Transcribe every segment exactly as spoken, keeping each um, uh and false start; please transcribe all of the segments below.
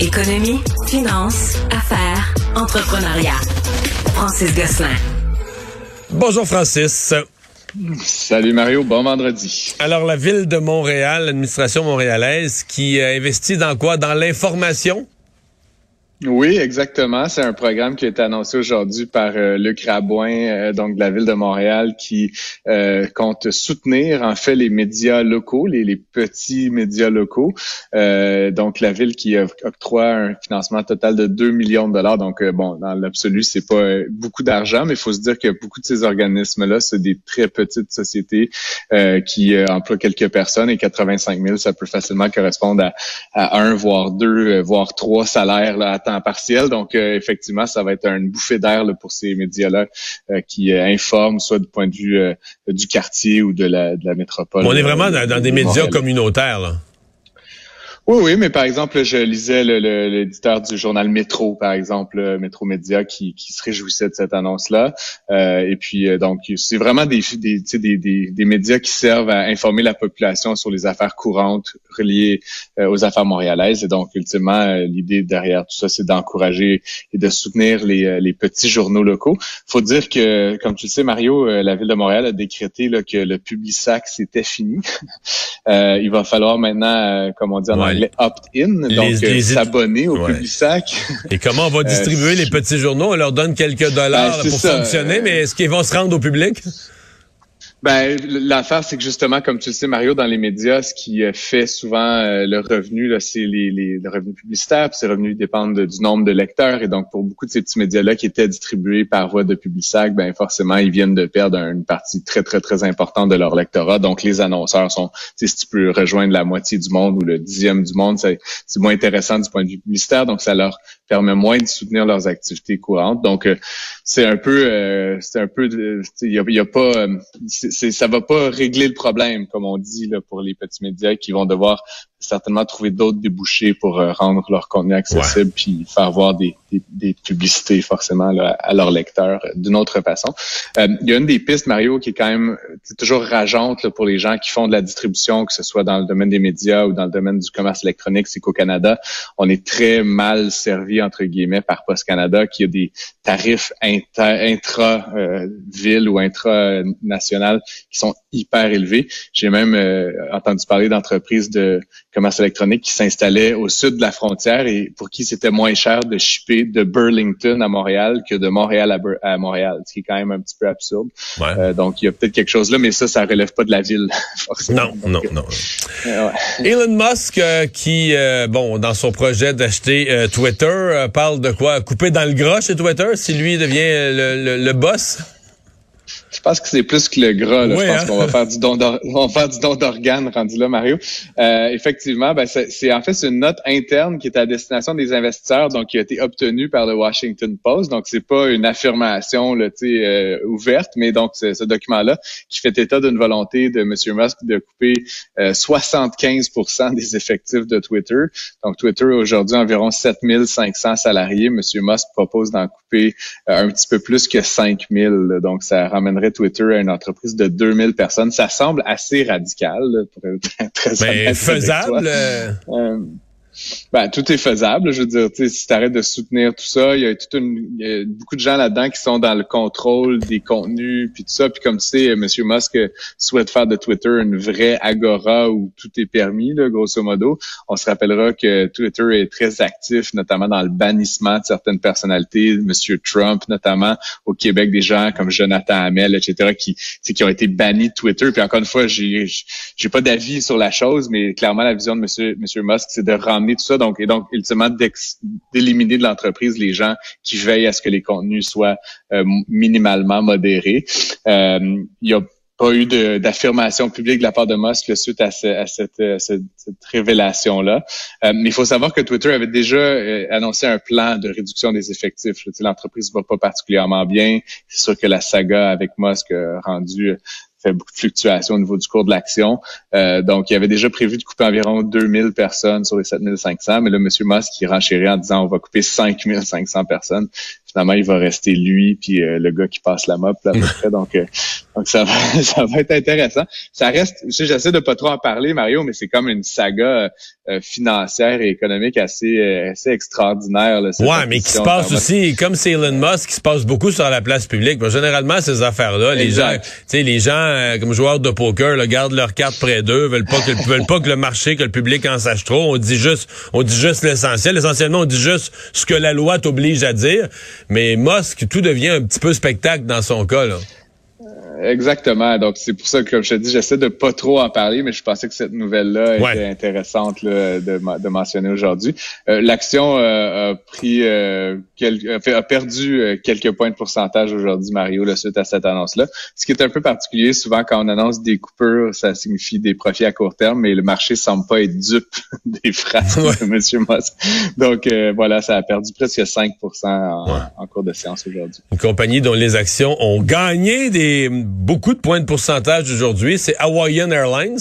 Économie, finance, affaires, entrepreneuriat. Francis Gosselin. Bonjour Francis. Salut Mario, bon vendredi. Alors la ville de Montréal, l'administration montréalaise qui euh, investit dans quoi? Dans l'information? Oui, exactement. C'est un programme qui a été annoncé aujourd'hui par euh, Luc Rabouin, euh, donc de la ville de Montréal, qui euh, compte soutenir en fait les médias locaux, les, les petits médias locaux. Euh, donc la ville qui octroie un financement total de deux millions de dollars. Donc euh, bon, dans l'absolu, c'est pas euh, beaucoup d'argent, mais il faut se dire que beaucoup de ces organismes-là, c'est des très petites sociétés euh, qui euh, emploient quelques personnes et quatre-vingt-cinq mille, ça peut facilement correspondre à, à un, voire deux, euh, voire trois salaires là, à temps partiel. Donc, euh, effectivement, ça va être une bouffée d'air là, pour ces médias-là euh, qui euh, informent, soit du point de vue euh, du quartier ou de la, de la métropole. On est vraiment euh, dans, dans des médias communautaires, là. Oui, oui, mais par exemple, je lisais le, le, l'éditeur du journal Métro, par exemple, Métro Média, qui, qui se réjouissait de cette annonce-là. Euh, et puis, euh, donc, c'est vraiment des, des, des, des, des médias qui servent à informer la population sur les affaires courantes reliées euh, aux affaires montréalaises. Et donc, ultimement, euh, l'idée derrière tout ça, c'est d'encourager et de soutenir les, les petits journaux locaux. Faut dire que, comme tu le sais, Mario, euh, la Ville de Montréal a décrété là, que le Publisac, c'était fini. euh, il va falloir maintenant, euh, comme on dit en ouais. anglais, opt-in, donc les, les... s'abonner au ouais. Publisac. Et comment on va distribuer euh, les petits journaux? On leur donne quelques dollars ben, pour ça. fonctionner, mais est-ce qu'ils vont se rendre au public? Ben, l'affaire, c'est que justement, comme tu le sais, Mario, dans les médias, ce qui fait souvent euh, le revenu, là, c'est les, les le revenu publicitaire, puis ces revenus dépendent de, du nombre de lecteurs. Et donc, pour beaucoup de ces petits médias-là qui étaient distribués par voie de Publisac, ben forcément, ils viennent de perdre une partie très, très, très importante de leur lectorat. Donc, les annonceurs sont, tu sais, si tu peux rejoindre la moitié du monde ou le dixième du monde, c'est, c'est moins intéressant du point de vue publicitaire. Donc, ça leur permet moins de soutenir leurs activités courantes. Donc, euh, c'est un peu, euh, c'est un peu, il y a, y a pas, euh, c'est, c'est, ça va pas régler le problème, comme on dit là, pour les petits médias qui vont devoir certainement trouver d'autres débouchés pour euh, rendre leur contenu accessible ouais. puis faire voir des, des, des publicités forcément là, à leurs lecteurs euh, d'une autre façon. Euh, il y a une des pistes, Mario, qui est quand même c'est toujours rageante là, pour les gens qui font de la distribution, que ce soit dans le domaine des médias ou dans le domaine du commerce électronique, c'est qu'au Canada, on est très mal servi, entre guillemets, par Post Canada, qui a des tarifs inter, intra-ville euh, ou intra-national qui sont hyper élevés. J'ai même euh, entendu parler d'entreprises de commerce électronique qui s'installaient au sud de la frontière et pour qui c'était moins cher de shipper de Burlington à Montréal que de Montréal à, Bur- à Montréal, ce qui est quand même un petit peu absurde. Ouais. Euh, donc, il y a peut-être quelque chose là, mais ça, ça relève pas de la ville, forcément. Non, non, non. Euh, ouais. Elon Musk, euh, qui, euh, bon, dans son projet d'acheter euh, Twitter, euh, parle de quoi? Couper dans le gras chez Twitter si lui devient le, le, le boss? Je pense que c'est plus que le gras. Là. Oui, je pense hein? qu'on va faire du don d'or- on va faire du don d'organes rendu là, Mario. Euh, effectivement, ben c'est, c'est en fait c'est une note interne qui est à destination des investisseurs, donc qui a été obtenue par le Washington Post. Donc c'est pas une affirmation là, tu sais, euh, ouverte, mais donc c'est ce document-là qui fait état d'une volonté de M. Musk de couper euh, soixante-quinze pour cent des effectifs de Twitter. Donc Twitter aujourd'hui environ sept mille cinq cents salariés. M. Musk propose d'en couper euh, un petit peu plus que cinq mille. Là. Donc ça ramènerait Twitter à une entreprise de deux mille personnes. Ça semble assez radical, là, pour être très honnête. Mais faisable. Euh, ben, tout est faisable. Je veux dire, tu sais, si tu arrêtes de soutenir tout ça, il y a toute une, il y a beaucoup de gens là-dedans qui sont dans le contrôle des contenus, puis tout ça. Puis comme tu sais, M. Musk souhaite faire de Twitter une vraie agora où tout est permis, là, grosso modo. On se rappellera que Twitter est très actif, notamment dans le bannissement de certaines personnalités, M. Trump notamment, au Québec, des gens comme Jonathan Hamel, et cetera, qui, qui ont été bannis de Twitter. Puis encore une fois, j'ai, j'ai pas d'avis sur la chose, mais clairement, la vision de M. M. Musk, c'est de ramener tout ça, donc et donc ultimement d'éliminer de l'entreprise les gens qui veillent à ce que les contenus soient euh, minimalement modérés. Euh, il y a pas eu de, d'affirmation publique de la part de Musk suite à, ce, à cette, à cette, cette révélation-là. Euh, mais il faut savoir que Twitter avait déjà euh, annoncé un plan de réduction des effectifs. Là, l'entreprise va pas particulièrement bien. C'est sûr que la saga avec Musk a rendu fait beaucoup de fluctuations au niveau du cours de l'action. Euh, donc, il avait déjà prévu de couper environ deux mille personnes sur les sept mille cinq cents, mais là, M. Musk, il renchérit en disant on va couper cinq mille cinq cents personnes. finalement, il va rester lui puis euh, le gars qui passe la mop là, à peu près. Donc, euh, donc ça va, ça va être intéressant. Ça reste, je sais, j'essaie de pas trop en parler, Mario, mais c'est comme une saga euh, financière et économique assez, euh, assez extraordinaire. Là, ouais, mais qui se passe aussi, comme c'est Elon Musk, qui se passe beaucoup sur la place publique. Mais généralement, ces affaires-là, les gens, tu sais, les gens euh, comme joueurs de poker, là, gardent leurs cartes près d'eux, veulent pas que, veulent pas que le marché, que le public en sache trop. On dit juste, on dit juste l'essentiel. Essentiellement, on dit juste ce que la loi t'oblige à dire. Mais Musk, tout devient un petit peu spectacle dans son cas, là. Exactement. Donc, c'est pour ça que, comme je te dis, j'essaie de pas trop en parler, mais je pensais que cette nouvelle-là ouais. était intéressante là, de, de mentionner aujourd'hui. Euh, l'action euh, a pris, euh, quel, a perdu euh, quelques points de pourcentage aujourd'hui, Mario, là, suite à cette annonce-là. Ce qui est un peu particulier, souvent quand on annonce des coupures, ça signifie des profits à court terme, mais le marché semble pas être dupe des phrases ouais. de M. Musk. Donc, euh, voilà, ça a perdu presque cinq pour cent en, ouais. en cours de séance aujourd'hui. Une compagnie dont les actions ont gagné des beaucoup de points de pourcentage aujourd'hui, c'est Hawaiian Airlines.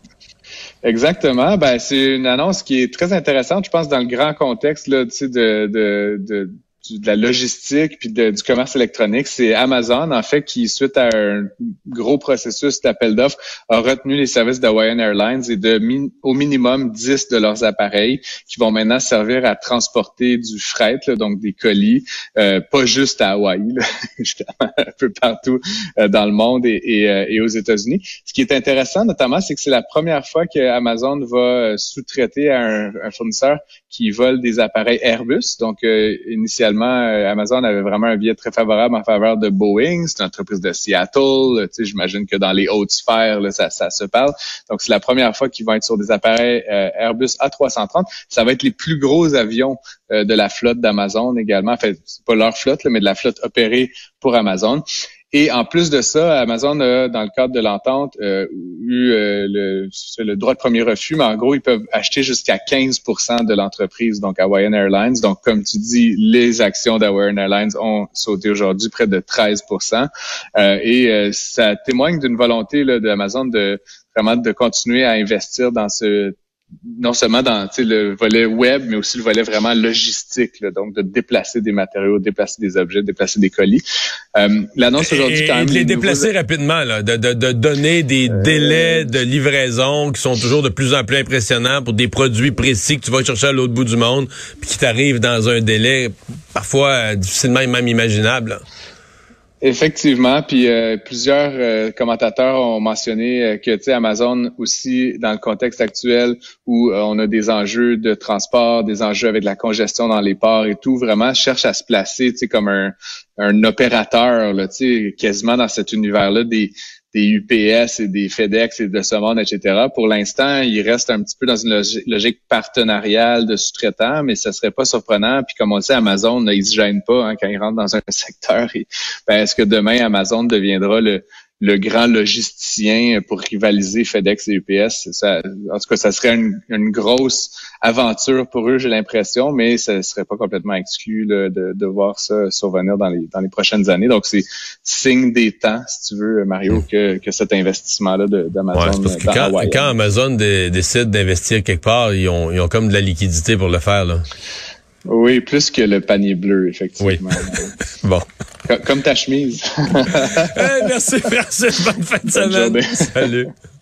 Exactement. Ben, c'est une annonce qui est très intéressante, je pense, dans le grand contexte là, tu sais, de, de, de de la logistique puis de, du commerce électronique. C'est Amazon, en fait, qui, suite à un gros processus d'appel d'offres, a retenu les services d'Hawaiian Airlines et de min, au minimum dix de leurs appareils qui vont maintenant servir à transporter du fret, là, donc des colis, euh, pas juste à Hawaï, là, justement, un peu partout euh, dans le monde et, et, euh, et aux États-Unis. Ce qui est intéressant, notamment, c'est que c'est la première fois que Amazon va sous-traiter à un, un fournisseur qui vole des appareils Airbus. Donc, euh, initialement, Amazon avait vraiment un biais très favorable en faveur de Boeing. C'est une entreprise de Seattle. Tu sais, j'imagine que dans les hautes sphères, là, ça, ça se parle. Donc, c'est la première fois qu'ils vont être sur des appareils euh, Airbus A trois cent trente. Ça va être les plus gros avions euh, de la flotte d'Amazon également. En fait, c'est pas leur flotte, là, mais de la flotte opérée pour Amazon. Et en plus de ça, Amazon a, dans le cadre de l'entente, euh, eu euh, le, le droit de premier refus, mais en gros, ils peuvent acheter jusqu'à quinze pour cent de l'entreprise, donc Hawaiian Airlines. Donc, comme tu dis, les actions d'Hawaiian Airlines ont sauté aujourd'hui près de treize pour cent. Euh, et euh, ça témoigne d'une volonté là, d'Amazon de vraiment de continuer à investir dans ce non seulement dans le volet web, mais aussi le volet vraiment logistique, là, donc de déplacer des matériaux, déplacer des objets, déplacer des colis. Euh, l'annonce aujourd'hui, quand même... Et de les déplacer nouveaux... rapidement, là, de, de, de donner des euh... délais de livraison qui sont toujours de plus en plus impressionnants pour des produits précis que tu vas chercher à l'autre bout du monde, puis qui t'arrivent dans un délai parfois euh, difficilement même imaginable, là. Effectivement, puis euh, plusieurs euh, commentateurs ont mentionné euh, que tu sais Amazon aussi dans le contexte actuel où euh, on a des enjeux de transport, des enjeux avec la congestion dans les ports et tout, vraiment cherche à se placer tu sais comme un un opérateur là, tu sais quasiment dans cet univers-là des des U P S et des FedEx et de ce monde, et cetera. Pour l'instant, il reste un petit peu dans une logique, logique partenariale de sous-traitants, mais ça serait pas surprenant. Puis comme on sait, Amazon, là, ils se gênent pas hein, quand ils rentrent dans un secteur. Et, ben, est-ce que demain, Amazon deviendra le le grand logisticien pour rivaliser FedEx et U P S? Ça, en tout cas, ça serait une, une grosse aventure pour eux, j'ai l'impression, mais ça serait pas complètement exclu là, de, de voir ça survenir dans les dans les prochaines années. Donc, c'est signe des temps, si tu veux, Mario, que, que cet investissement-là de, d'Amazon. Ouais, parce que quand, quand Amazon dé, décide d'investir quelque part, ils ont, ils ont comme de la liquidité pour le faire, là. Oui, plus que le panier bleu, effectivement. Oui. Bon. Comme, comme ta chemise. Hey, merci, merci. Bonne fin de semaine. Salut.